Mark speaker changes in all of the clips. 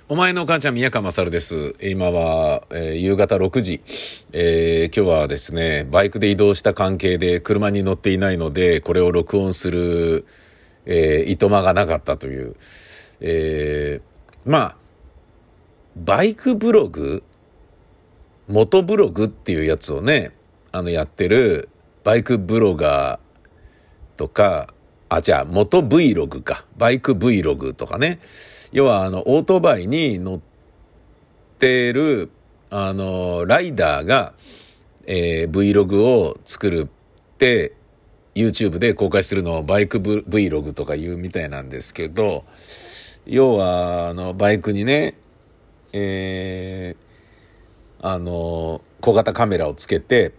Speaker 1: お前の母ちゃん宮川勝です。今は、夕方6時、今日はですねバイクで移動した関係で車に乗っていないのでこれを録音する、いとまがなかったという、バイクブログ元ブログっていうやつをねやってるバイクブロガーとか元 Vlog かバイク Vlog とかね、要はオートバイに乗ってるライダーが、Vlog を作るって YouTube で公開するのをバイク Vlog とか言うみたいなんですけど、要はバイクにね、小型カメラをつけて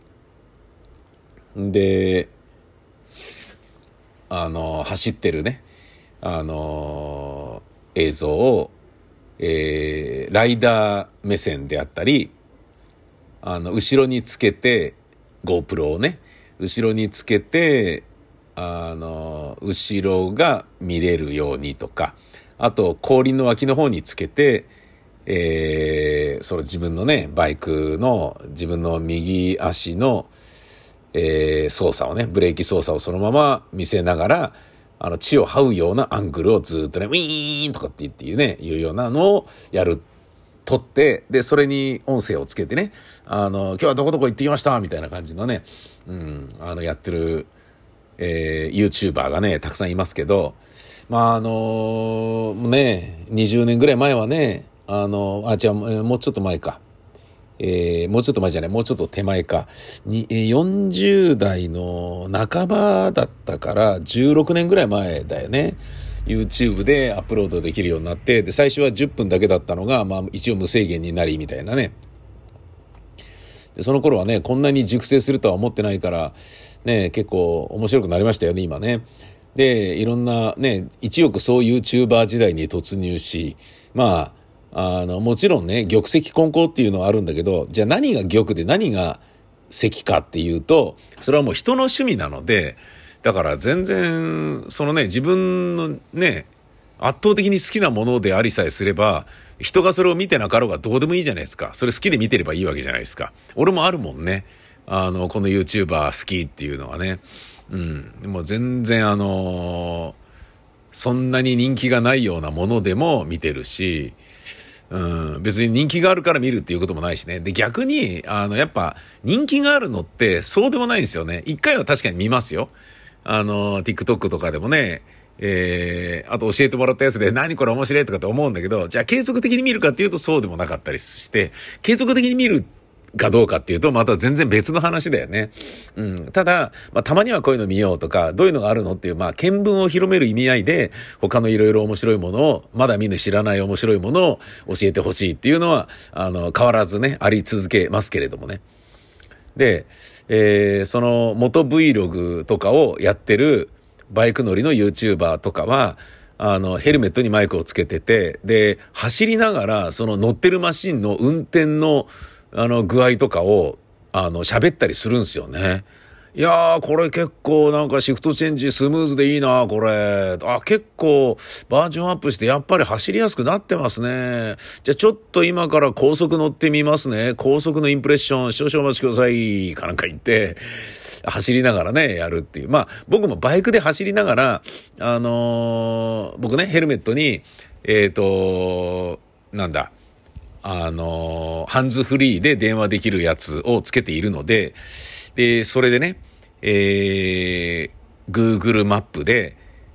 Speaker 1: で走ってるね映像を、ライダー目線であったり後ろにつけて GoPro をね後ろにつけて後ろが見れるようにとか、あと後輪の脇の方につけて、その自分のねバイクの自分の右足の、操作をねブレーキ操作をそのまま見せながら地を這うようなアングルをずっとねウィーンとかって言っていうようなのを撮ってでそれに音声をつけてね今日はどこどこ行ってきましたみたいな感じのね、やってる、YouTuber がねたくさんいますけど、ね20年ぐらい前はねもうちょっと前か。もうちょっと前じゃない、もうちょっと手前か。40代の半ばだったから16年ぐらい前だよね。YouTube でアップロードできるようになって、で、最初は10分だけだったのが、一応無制限になりみたいなね。で、その頃はね、こんなに熟成するとは思ってないから、ね、結構面白くなりましたよね、今ね。で、いろんなね、一億総 YouTuber 時代に突入し、もちろんね玉石混交っていうのはあるんだけど、じゃあ何が玉で何が石かっていうとそれはもう人の趣味なので、だから全然そのね自分のね圧倒的に好きなものでありさえすれば人がそれを見てなかろうがどうでもいいじゃないですか。それ好きで見てればいいわけじゃないですか。俺もあるもんねこの YouTuber 好きっていうのはね、もう全然そんなに人気がないようなものでも見てるし、別に人気があるから見るっていうこともないしね。で、逆に、やっぱ、人気があるのって、そうでもないんですよね。一回は確かに見ますよ。TikTok とかでもね、あと教えてもらったやつで、何これ面白いとかって思うんだけど、じゃあ継続的に見るかっていうとそうでもなかったりして、継続的に見るかどうかっていうとまた全然別の話だよね。ただ、たまにはこういうの見ようとか、どういうのがあるのっていう、見聞を広める意味合いで、他のいろいろ面白いものを、まだ見ぬ知らない面白いものを教えてほしいっていうのは、変わらずね、あり続けますけれどもね。で、その元 Vlog とかをやってるバイク乗りの YouTuber とかは、ヘルメットにマイクをつけてて、で、走りながら、その乗ってるマシンの運転の具合とかを喋ったりするんですよね。いやーこれ結構なんかシフトチェンジスムーズでいいなこれ。結構バージョンアップしてやっぱり走りやすくなってますね。じゃあちょっと今から高速乗ってみますね。高速のインプレッション少々お待ちくださいかなんか言って走りながらねやるっていう。僕もバイクで走りながら僕ねヘルメットにハンズフリーで電話できるやつをつけているので、で、それでね、Google マップで、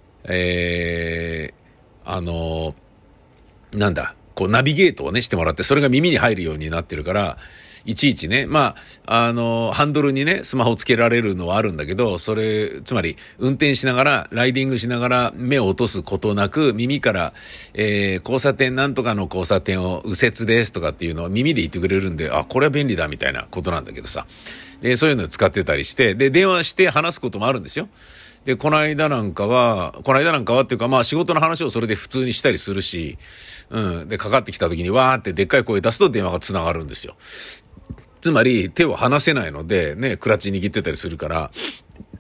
Speaker 1: ナビゲートをね、してもらって、それが耳に入るようになってるから、いちいちね、ハンドルにね、スマホつけられるのはあるんだけど、つまり、運転しながら、ライディングしながら、目を落とすことなく、耳から、交差点、なんとかの交差点を右折ですとかっていうのを耳で言ってくれるんで、これは便利だみたいなことなんだけどさ。そういうのを使ってたりして、で、電話して話すこともあるんですよ。で、この間なんかはっていうか、仕事の話をそれで普通にしたりするし、で、かかってきた時にわーってでっかい声出すと電話がつながるんですよ。つまり手を離せないのでね、クラッチ握ってたりするから、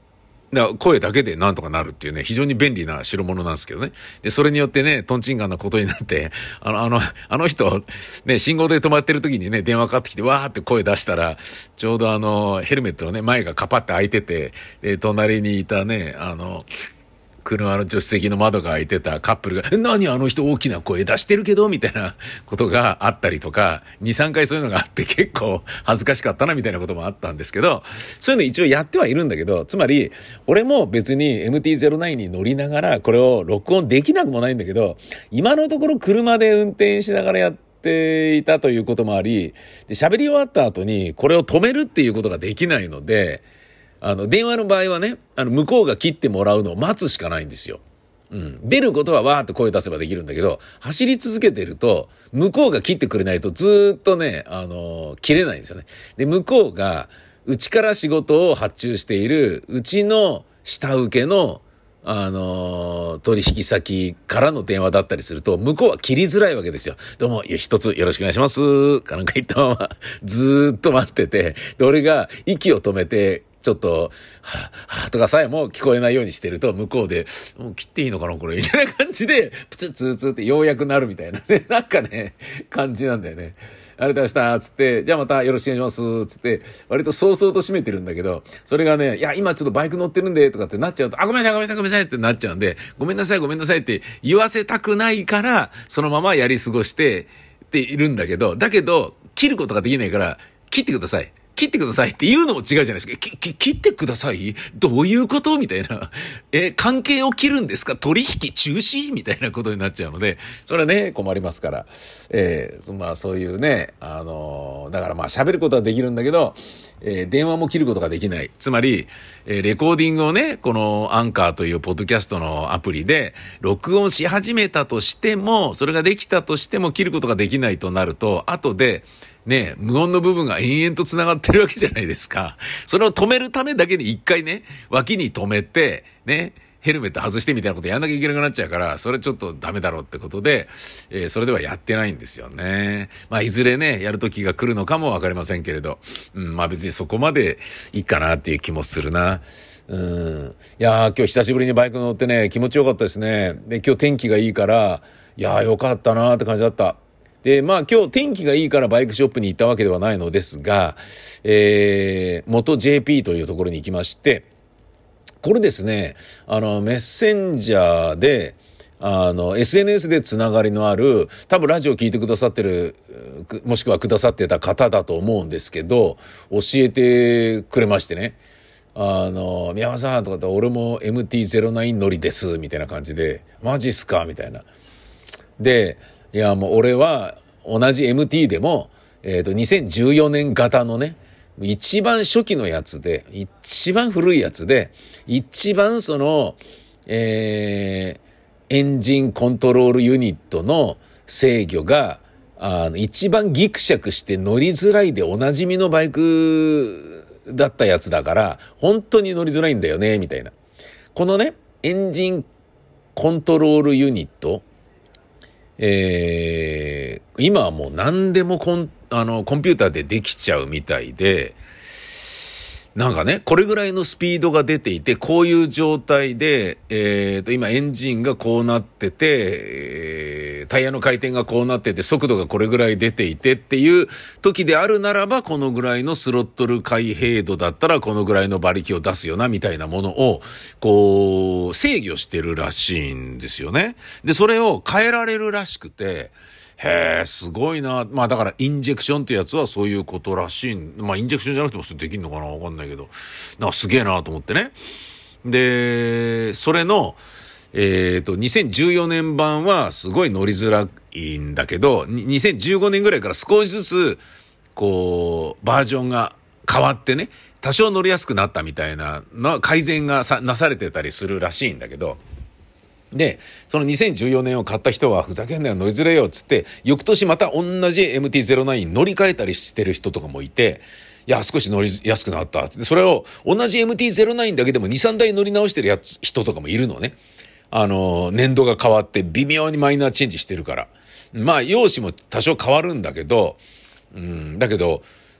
Speaker 1: だから声だけでなんとかなるっていうね、非常に便利な代物なんですけどね。で、それによってね、トンチンカンなことになって、あの人、ね、信号で止まってる時にね、電話かかってきて、わーって声出したら、ちょうどヘルメットのね、前がカパって開いてて、で、隣にいたね、車の助手席の窓が開いてたカップルが、何あの人大きな声出してるけどみたいなことがあったりとか、2、3回そういうのがあって結構恥ずかしかったなみたいなこともあったんですけど、そういうの一応やってはいるんだけど、つまり、俺も別に MT-09 に乗りながらこれを録音できなくもないんだけど、今のところ車で運転しながらやっていたということもあり、で、喋り終わった後にこれを止めるっていうことができないので、電話の場合はね、向こうが切ってもらうのを待つしかないんですよ。うん。出ることはわーって声出せばできるんだけど、走り続けてると、向こうが切ってくれないとずーっとね、切れないんですよね。で、向こうが、うちから仕事を発注している、うちの下請けの、取引先からの電話だったりすると、向こうは切りづらいわけですよ。どうも、一つよろしくお願いします。かなんか言ったまま、ずーっと待ってて、で、俺が息を止めて、ちょっと、はぁ、とかさえも聞こえないようにしてると、向こうで、もう切っていいのかなこれ、みたいな感じで、プツッツーツーってようやくなるみたいなね、なんかね、感じなんだよね。ありがとうございました、つって、じゃあまたよろしくお願いします、つって、割と早々と締めてるんだけど、それがね、いや、今ちょっとバイク乗ってるんで、とかってなっちゃうと、あ、ごめんなさい、ごめんなさい、ごめんなさいってなっちゃうんで、ごめんなさい、ごめんなさいって言わせたくないから、そのままやり過ごしてっているんだけど、だけど、切ることができないから、切ってください。切ってくださいって言うのも違うじゃないですか。切ってくださいどういうことみたいな。関係を切るんですか取引中止みたいなことになっちゃうので、それはね、困りますから。まあそういうね、だからまあ喋ることはできるんだけど、電話も切ることができない。つまり、レコーディングをね、このアンカーというポッドキャストのアプリで録音し始めたとしても、それができたとしても切ることができないとなると、後で、ね、無音の部分が延々と繋がってるわけじゃないですか。それを止めるためだけに一回ね、脇に止めて、ね、ヘルメット外してみたいなことやんなきゃいけなくなっちゃうから、それちょっとダメだろうってことで、それではやってないんですよね。まあ、いずれね、やる時が来るのかもわかりませんけれど、まあ別にそこまでいいかなっていう気もするな。いやー、今日久しぶりにバイク乗ってね、気持ちよかったですね。で、今日天気がいいから、いやーよかったなーって感じだった。で、まあ今日天気がいいからバイクショップに行ったわけではないのですが、元 JP というところに行きまして、これですね、メッセンジャーで、SNS でつながりのある、多分ラジオ聞いてくださってる、もしくはくださってた方だと思うんですけど、教えてくれましてね。宮間さんとかって俺も MT-09 乗りです、みたいな感じで、マジっすかみたいな。で、いやもう俺は同じ MT でも、2014年型のね、一番初期のやつで、一番古いやつで、一番その、エンジンコントロールユニットの制御が、一番ギクシャクして乗りづらいでおなじみのバイクだったやつだから、本当に乗りづらいんだよね、みたいな。このね、エンジンコントロールユニット、今はもう何でもコンピューターでできちゃうみたいで、なんかね、これぐらいのスピードが出ていて、こういう状態で、今エンジンがこうなってて、タイヤの回転がこうなってて、速度がこれぐらい出ていてっていう時であるならば、このぐらいのスロットル開閉度だったら、このぐらいの馬力を出すよな、みたいなものを、こう、制御してるらしいんですよね。で、それを変えられるらしくて、へえ、すごいな。まあだからインジェクションってやつはそういうことらしい。まあインジェクションじゃなくてもそれできんのかなわかんないけど。なんかすげえなと思ってね。で、それの、2014年版はすごい乗りづらいんだけど、2015年ぐらいから少しずつ、こう、バージョンが変わってね、多少乗りやすくなったみたいな改善がなされてたりするらしいんだけど、で、その2014年を買った人はふざけんなよ乗りづらいよっつって、翌年また同じ MT-09 乗り換えたりしてる人とかもいて、いや、少し乗りやすくなったって。それを同じ MT-09 だけでも2、3台乗り直してる人とかもいるのね。年度が変わって微妙にマイナーチェンジしてるから。まあ、容姿も多少変わるんだけど、だけど、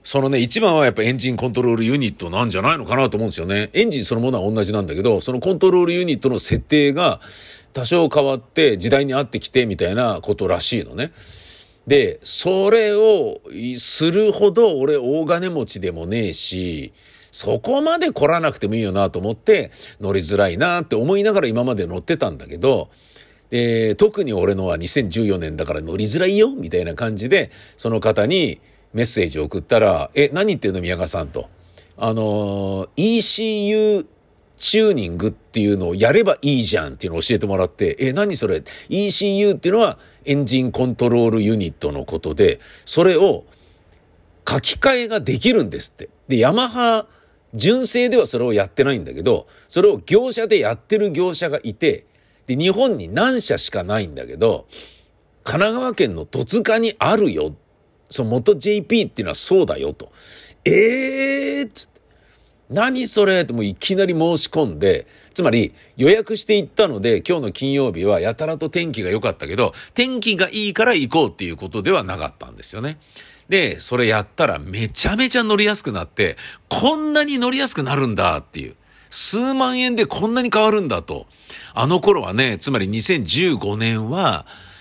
Speaker 1: そのね、一番はやっぱエンジンコントロールユニットなんじゃないのかなと思うんですよね。エンジンそのものは同じなんだけど、そのコントロールユニットの設定が多少変わって時代に合ってきてみたいなことらしいのね。で、それをするほど俺大金持ちでもねえし、そこまで来らなくてもいいよなと思って乗りづらいなって思いながら今まで乗ってたんだけど、特に俺のは2014年だから乗りづらいよみたいな感じで、その方にメッセージを送ったら、何言ってんの宮川さんと。ECU チューニングっていうのをやればいいじゃんっていうのを教えてもらって、何それ ?ECU っていうのはエンジンコントロールユニットのことで、それを書き換えができるんですって。で、ヤマハ純正ではそれをやってないんだけど、それを業者でやってる業者がいて、で、日本に何社しかないんだけど、神奈川県の戸塚にあるよ。その元 JP っていうのはそうだよと。つって。何それってもういきなり申し込んで、つまり予約して行ったので今日の金曜日はやたらと天気が良かったけど、天気がいいから行こうっていうことではなかったんですよね。で、それやったらめちゃめちゃ乗りやすくなって、こんなに乗りやすくなるんだっていう。数万円でこんなに変わるんだと。あの頃はね、つまり2015年は、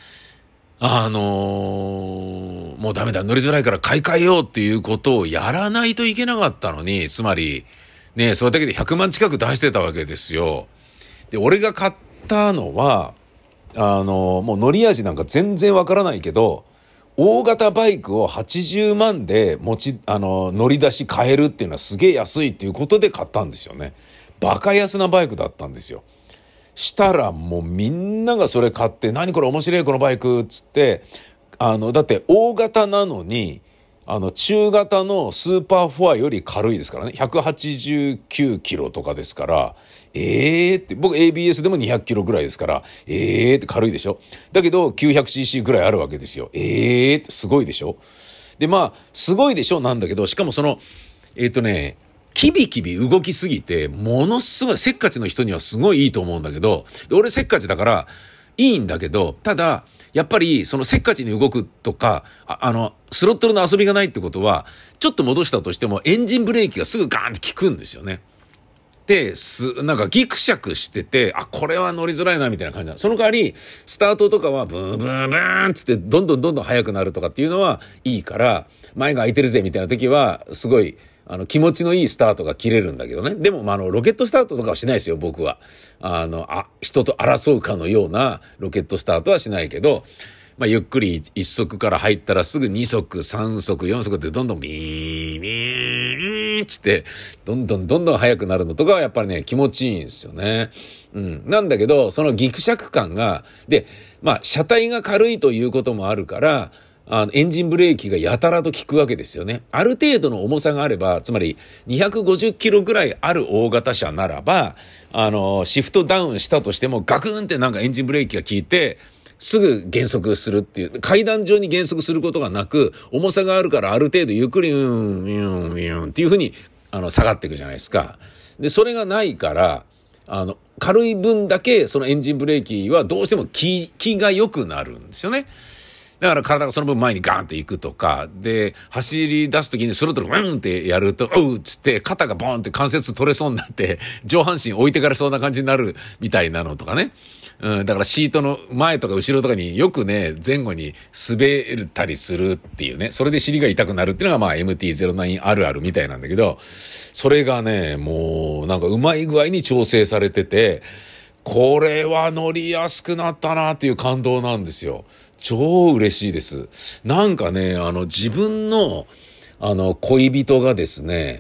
Speaker 1: もうダメだ、乗りづらいから買い替えようっていうことをやらないといけなかったのに、つまり、ね、それだけで100万近く出してたわけですよ。で、俺が買ったのは、もう乗り味なんか全然わからないけど、大型バイクを80万で乗り出し買えるっていうのはすげえ安いっていうことで買ったんですよね。バカ安なバイクだったんですよ。したらもうみんながそれ買って、何これ面白いこのバイクっつって、だって大型なのに、中型のスーパーフォアより軽いですからね。189キロとかですから、って、僕 ABS でも200キロぐらいですから、って軽いでしょ。だけど 900cc ぐらいあるわけですよ。ってすごいでしょ。で、まあ、すごいでしょなんだけど、しかもその、キビキビ動きすぎて、ものすごい、せっかちの人にはすごいいいと思うんだけど、俺せっかちだから、いいんだけど、ただ、やっぱり、そのせっかちに動くとか、スロットルの遊びがないってことは、ちょっと戻したとしても、エンジンブレーキがすぐガーンって効くんですよね。で、なんかギクシャクしてて、これは乗りづらいな、みたいな感じな。その代わり、スタートとかは、ブーンブーンブーンつって、どんどん速くなるとかっていうのはいいから、前が空いてるぜ、みたいな時は、すごい、気持ちのいいスタートが切れるんだけどね。でも、ロケットスタートとかはしないですよ、僕は。人と争うかのようなロケットスタートはしないけど、ゆっくり1速から入ったらすぐ2速、3速、4速ってどんどんビービーつって、どんどん速くなるのとかはやっぱりね、気持ちいいんですよね。なんだけど、そのギクシャク感が、で、車体が軽いということもあるから、エンジンブレーキがやたらと効くわけですよね。ある程度の重さがあれば、つまり250キロぐらいある大型車ならば、シフトダウンしたとしてもガクンってなんかエンジンブレーキが効いて、すぐ減速するっていう、階段上に減速することがなく、重さがあるからある程度ゆっくり、っていうふうに、下がっていくじゃないですか。で、それがないから、軽い分だけそのエンジンブレーキはどうしても気が良くなるんですよね。だから体がその分前にガーンっていくとか、で、走り出すときにスロットルウンってやると、っつって肩がボーンって関節取れそうになって、上半身置いてかれそうな感じになるみたいなのとかね。だからシートの前とか後ろとかによくね、前後に滑ったりするっていうね、それで尻が痛くなるっていうのがMT-09 あるあるみたいなんだけど、それがね、もうなんかうまい具合に調整されてて、これは乗りやすくなったなっていう感動なんですよ。超嬉しいです。なんかね、自分の、恋人がですね、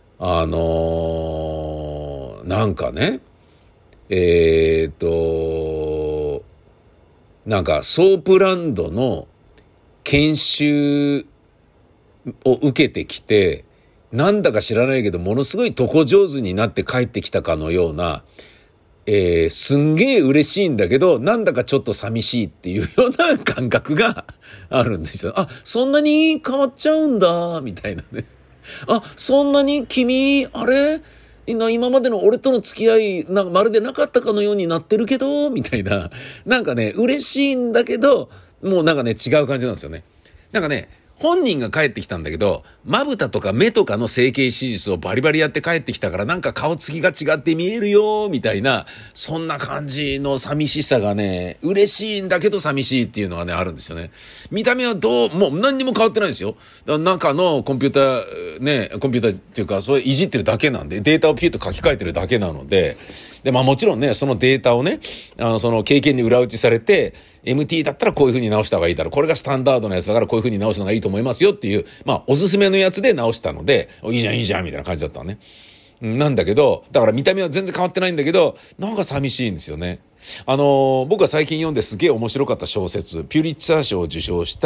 Speaker 1: なんかね、なんかソープランドの研修を受けてきて、なんだか知らないけど、ものすごい床上手になって帰ってきたかのような、すんげえ嬉しいんだけど、なんだかちょっと寂しいっていうような感覚があるんですよ。そんなに変わっちゃうんだ、みたいなね。そんなに君、あれ今までの俺との付き合い、なんかまるでなかったかのようになってるけど、みたいな。なんかね、嬉しいんだけど、もうなんかね、違う感じなんですよね。なんかね、 本人が帰ってきたんだけど、まぶたとか目とかの整形手術をバリバリやって帰ってきたからなんか顔つきが違って見えるよ、みたいな、そんな感じの寂しさがね、嬉しいんだけど寂しいっていうのがね、あるんですよね。見た目はもう何にも変わってないですよ。だから中のコンピューターっていうか、それいじってるだけなんで、データをピュッと書き換えてるだけなので、で、まあもちろんね、そのデータをね、その経験に裏打ちされて、MT だったらこういう風に直した方がいいだろう。これがスタンダードなやつだからこういう風に直すのがいいと思いますよっていう、まあおすすめのやつで直したので、いいじゃんいいじゃんみたいな感じだったのね。なんだけど、だから見た目は全然変わってないんだけど、なんか寂しいんですよね。僕が最近読んですげえ面白かった小説、ピュリッツァー賞を受賞した、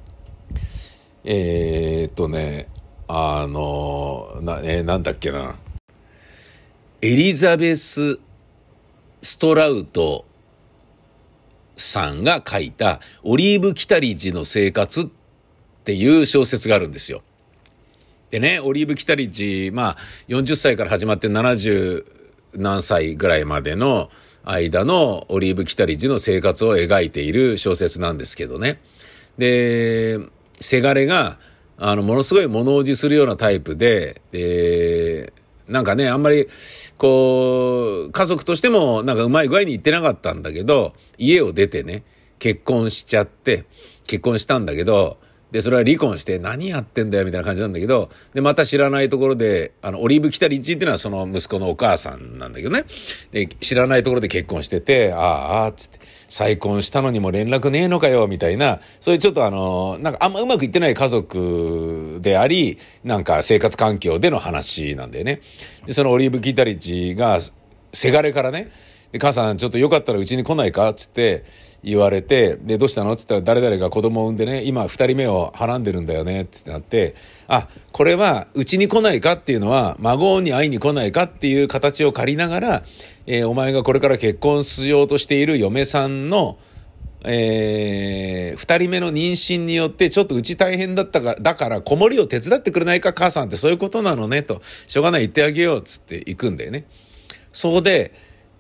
Speaker 1: なんだっけな。エリザベス・ストラウトさんが書いたオリーブ・キタリッジの生活っていう小説があるんですよ。でね、オリーブ・キタリッジ、まあ40歳から始まって70何歳ぐらいまでの間のオリーブ・キタリッジの生活を描いている小説なんですけどね。で、せがれがものすごい物おじするようなタイプで、なんかね、あんまり、こう、家族としても、なんかうまい具合にいってなかったんだけど、家を出てね、結婚したんだけど、で、それは離婚して、何やってんだよ、みたいな感じなんだけど、で、また知らないところで、オリーブ・キタリッジっていうのはその息子のお母さんなんだけどね。で、知らないところで結婚してて、つって、再婚したのにも連絡ねえのかよ、みたいな、そういうちょっとなんかあんまうまくいってない家族であり、なんか生活環境での話なんだよね。で、そのオリーブ・キタリッジが、せがれからね、で、母さんちょっとよかったらうちに来ないかつって言われて、で、どうしたのつったら誰々が子供を産んでね、今二人目をはらんでるんだよねってなって、これはうちに来ないかっていうのは孫に会いに来ないかっていう形を借りながら、お前がこれから結婚しようとしている嫁さんの二人目の妊娠によってちょっとうち大変だったから、だから子守りを手伝ってくれないか母さんってそういうことなのねと、しょうがない言ってあげようっつって行くんだよね。そこで、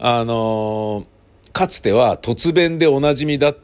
Speaker 1: かつては突然でおなじみだった、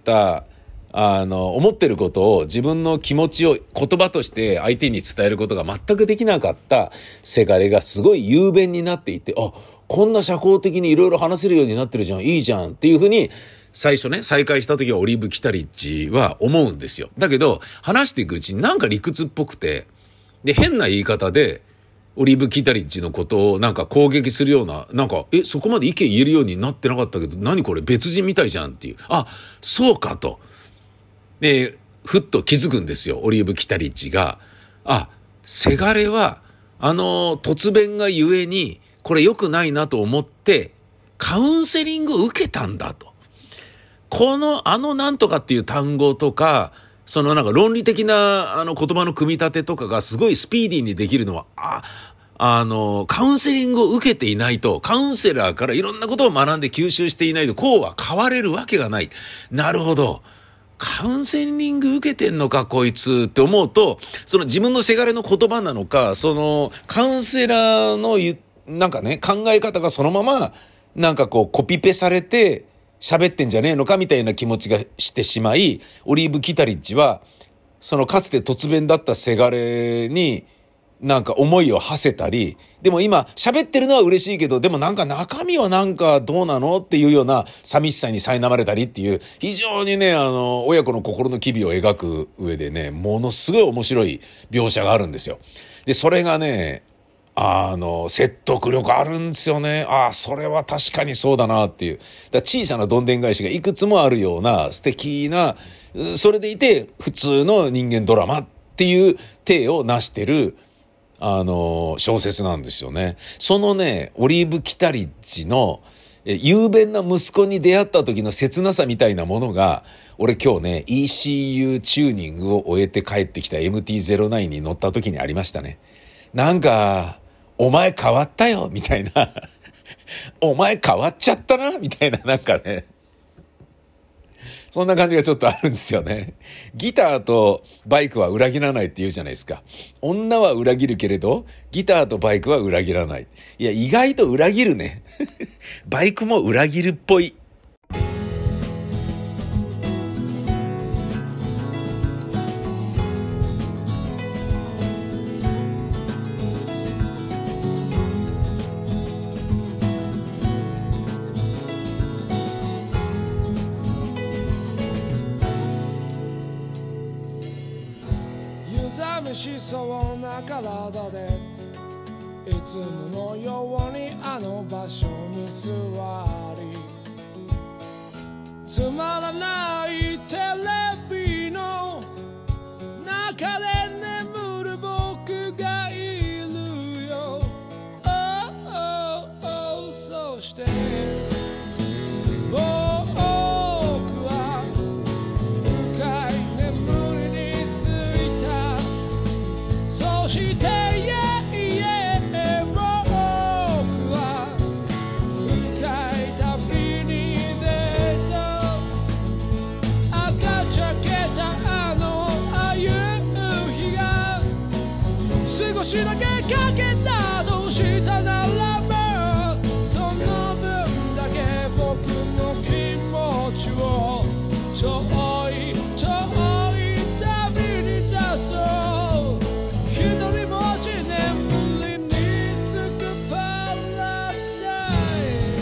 Speaker 1: 思ってることを自分の気持ちを言葉として相手に伝えることが全くできなかったせがれがすごい雄弁になっていて、こんな社交的にいろいろ話せるようになってるじゃん、いいじゃんっていうふうに最初ね、再会した時はオリーブ・キタリッジは思うんですよ。だけど話していくうちになんか理屈っぽくて、で、変な言い方でオリーブ・キタリッジのことをなんか攻撃するような、なんか、そこまで意見言えるようになってなかったけど、何これ別人みたいじゃんっていう。そうかと。で、ふっと気づくんですよ、オリーブ・キタリッジが。せがれは、突然がゆえに、これ良くないなと思って、カウンセリングを受けたんだと。この、なんとかっていう単語とか、そのなんか論理的な言葉の組み立てとかがすごいスピーディーにできるのは、カウンセリングを受けていないと、カウンセラーからいろんなことを学んで吸収していないと、こうは変われるわけがない。なるほど。カウンセリング受けてんのか、こいつって思うと、その自分のせがれの言葉なのか、そのカウンセラーのなんかね、考え方がそのまま、なんかこうコピペされて、喋ってんじゃねえのかみたいな気持ちがしてしまい、オリーブ・キタリッジは、そのかつて突然だったせがれに、なんか思いを馳せたり、でも今喋ってるのは嬉しいけど、でもなんか中身はなんかどうなのっていうような寂しさに苛まれたりっていう、非常にね、親子の心の機微を描く上でね、ものすごい面白い描写があるんですよ。で、それがね、説得力あるんですよね。それは確かにそうだなっていう。小さなどんでん返しがいくつもあるような素敵な、それでいて普通の人間ドラマっていう体を成してる、小説なんですよね。そのね、オリーブ・キタリッジの、雄弁な息子に出会った時の切なさみたいなものが、俺今日ね、ECU チューニングを終えて帰ってきた MT-09 に乗った時にありましたね。なんか、お前変わったよみたいなお前変わっちゃったなみたいな、なんかね、そんな感じがちょっとあるんですよね。ギターとバイクは裏切らないって言うじゃないですか。女は裏切るけれどギターとバイクは裏切らない。いや、意外と裏切るねバイクも裏切るっぽい。
Speaker 2: 寂しそうな体でいつものようにあの場所に座りつまらないテレビの中で眠る僕がいるよ、そして僕は深い眠りについた、そして僕は深い旅に出た、赤茶けたあの夕日が少しだけかけたとしたならば、その分だけ僕の気持ちを遠い遠い旅に出そう、一人ぼっち眠りにつくパラダイ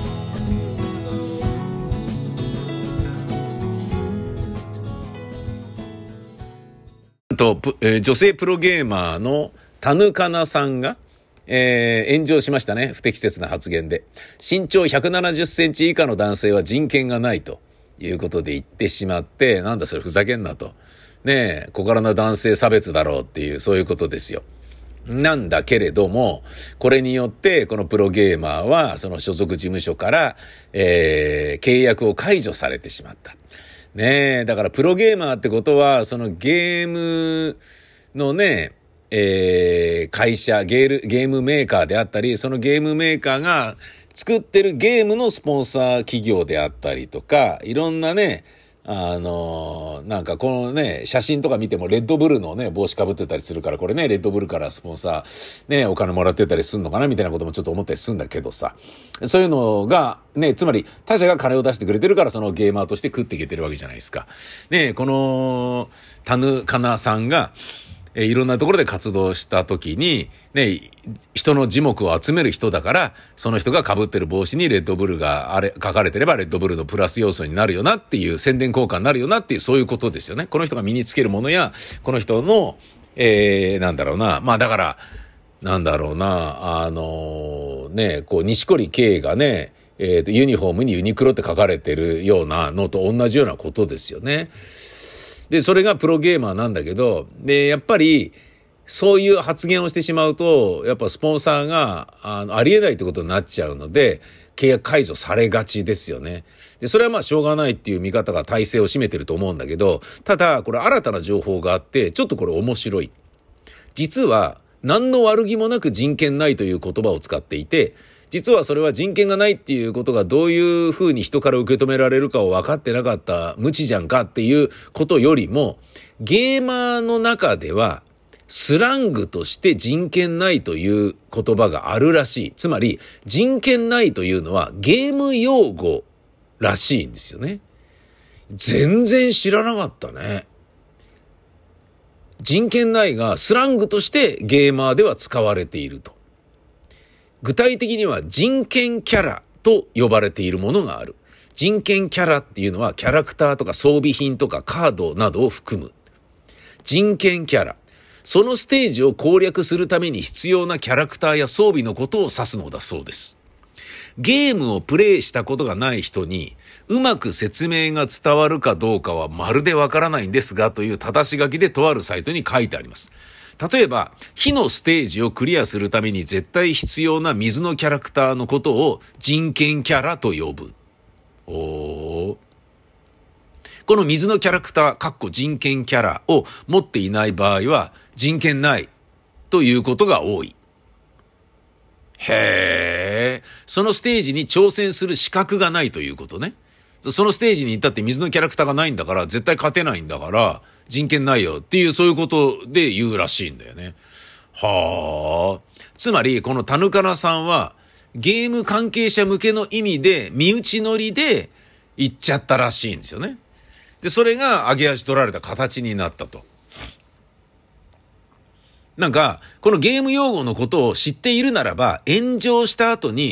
Speaker 1: 女性プロゲーマーのタヌカナさんが、炎上しましたね。不適切な発言で。身長170センチ以下の男性は人権がないということで言ってしまって、なんだそれふざけんなと。ねえ、小柄な男性差別だろうっていう、そういうことですよ。なんだけれども、これによって、このプロゲーマーは、その所属事務所から、契約を解除されてしまった。ねえ、だからプロゲーマーってことは、そのゲームのね、会社、ゲームメーカーであったり、そのゲームメーカーが作ってるゲームのスポンサー企業であったりとか、いろんなね、なんかこのね、写真とか見てもレッドブルのね、帽子かぶってたりするから、これね、レッドブルからスポンサー、ね、お金もらってたりするのかなみたいなこともちょっと思ったりするんだけどさ。そういうのが、ね、つまり他社が金を出してくれてるから、そのゲーマーとして食っていけてるわけじゃないですか。ね、この、タヌカナさんが、いろんなところで活動した時に、ね、人の耳目を集める人だから、その人が被ってる帽子にレッドブルが書かれてれば、レッドブルのプラス要素になるよなっていう、宣伝効果になるよなっていう、そういうことですよね。この人が身につけるものや、この人の、なんだろうな、まあだから、なんだろうな、ね、こう、錦織圭がね、ユニフォームにユニクロって書かれてるようなのと同じようなことですよね。で、それがプロゲーマーなんだけど、で、やっぱり、そういう発言をしてしまうと、やっぱスポンサーが、ありえないってことになっちゃうので、契約解除されがちですよね。で、それはまあしょうがないっていう見方が大勢を占めてると思うんだけど、ただ、これ新たな情報があって、ちょっとこれ面白い。実は、何の悪気もなく人権ないという言葉を使っていて、実はそれは人権がないっていうことがどういうふうに人から受け止められるかを分かってなかった無知じゃんかっていうことよりも、ゲーマーの中ではスラングとして人権ないという言葉があるらしい。つまり人権ないというのはゲーム用語らしいんですよね。全然知らなかったね。人権ないがスラングとしてゲーマーでは使われていると。具体的には人権キャラと呼ばれているものがある。人権キャラっていうのはキャラクターとか装備品とかカードなどを含む。人権キャラ。そのステージを攻略するために必要なキャラクターや装備のことを指すのだそうです。ゲームをプレイしたことがない人にうまく説明が伝わるかどうかはまるでわからないんですがという正し書きでとあるサイトに書いてあります。例えば、火のステージをクリアするために絶対必要な水のキャラクターのことを人権キャラと呼ぶ。この水のキャラクター、人権キャラを持っていない場合は人権ないということが多い。へー。そのステージに挑戦する資格がないということね。そのステージに行ったって水のキャラクターがないんだから絶対勝てないんだから人権ないよっていうそういうことで言うらしいんだよね。はあ。つまりこのタヌカナさんはゲーム関係者向けの意味で身内乗りで言っちゃったらしいんですよね。で、それが上げ足取られた形になったと。なんか、このゲーム用語のことを知っているならば、炎上した後に、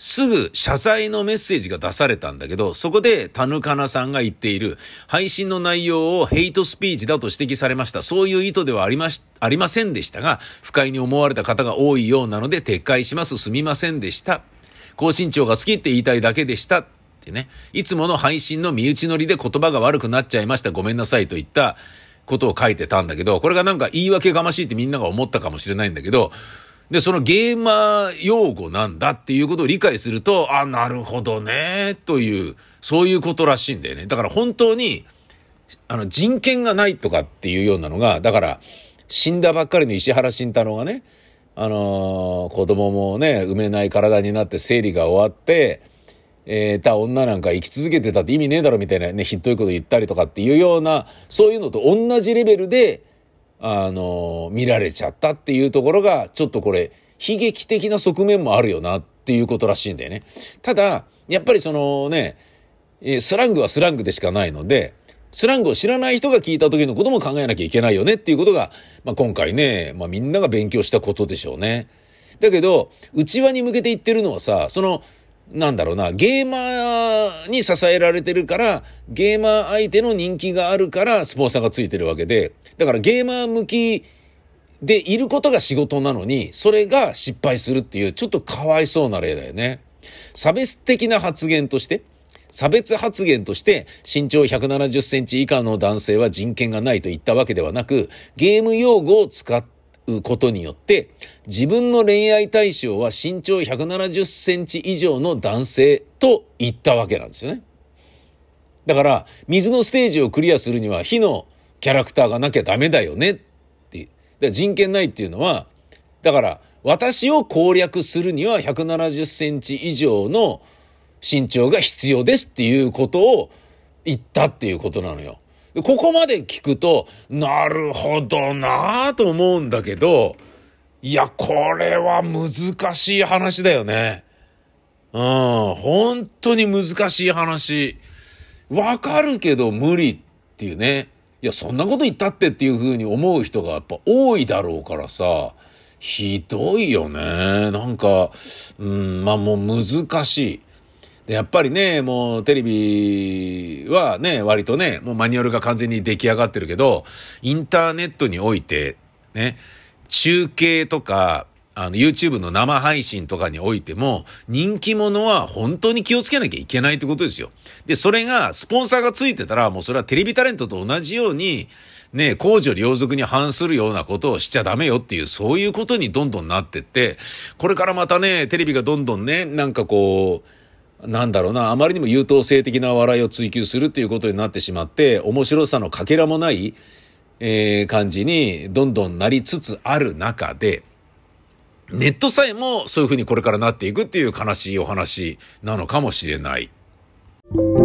Speaker 1: すぐ謝罪のメッセージが出されたんだけど、そこでタヌカナさんが言っている配信の内容をヘイトスピーチだと指摘されました。そういう意図ではありませんでしたが、不快に思われた方が多いようなので撤回します。すみませんでした。高身長が好きって言いたいだけでした。ってね。いつもの配信の身内乗りで言葉が悪くなっちゃいました。ごめんなさいといったことを書いてたんだけど、これがなんか言い訳がましいってみんなが思ったかもしれないんだけど、で、そのゲーマー用語なんだっていうことを理解すると、あ、なるほどね、という、そういうことらしいんだよね。だから本当に、人権がないとかっていうようなのが、だから、死んだばっかりの石原慎太郎がね、子供もね、産めない体になって生理が終わって、女なんか生き続けてたって意味ねえだろみたいなね、ひどいこと言ったりとかっていうような、そういうのと同じレベルで、見られちゃったっていうところが、ちょっとこれ、悲劇的な側面もあるよなっていうことらしいんだよね。ただ、やっぱりそのね、スラングはスラングでしかないので、スラングを知らない人が聞いた時のことも考えなきゃいけないよねっていうことが、今回ね、みんなが勉強したことでしょうね。だけど、内輪に向けて言ってるのはさ、なんだろうな、ゲーマーに支えられてるから、ゲーマー相手の人気があるから、スポンサーがついてるわけで、だからゲーマー向きでいることが仕事なのに、それが失敗するっていう、ちょっとかわいそうな例だよね。差別的な発言として、身長170センチ以下の男性は人権がないと言ったわけではなく、ゲーム用語を使うことによって、自分の恋愛対象は身長170センチ以上の男性と言ったわけなんですよね。だから、水のステージをクリアするには火のキャラクターがなきゃダメだよねっていう。だから人権ないっていうのは、だから私を攻略するには170センチ以上の身長が必要ですっていうことを言ったっていうことなのよ。ここまで聞くと、なるほどなぁと思うんだけど、いや、これは難しい話だよね。本当に難しい話。わかるけど無理っていうね。いや、そんなこと言ったってっていう風に思う人がやっぱ多いだろうからさ、ひどいよね。なんか、もう難しい。で、やっぱりね、もうテレビはね、割とね、もうマニュアルが完全に出来上がってるけど、インターネットにおいて、ね、中継とか、YouTube の生配信とかにおいても、人気者は本当に気をつけなきゃいけないってことですよ。で、それが、スポンサーがついてたら、もうそれはテレビタレントと同じように、ね、公序良俗に反するようなことをしちゃダメよっていう、そういうことにどんどんなってって、これからまたね、テレビがどんどんね、なんかこう、なんだろうな、あまりにも優等生的な笑いを追求するっていうことになってしまって、面白さのかけらもない、感じにどんどんなりつつある中で、ネットさえもそういうふうにこれからなっていくっていう悲しいお話なのかもしれない。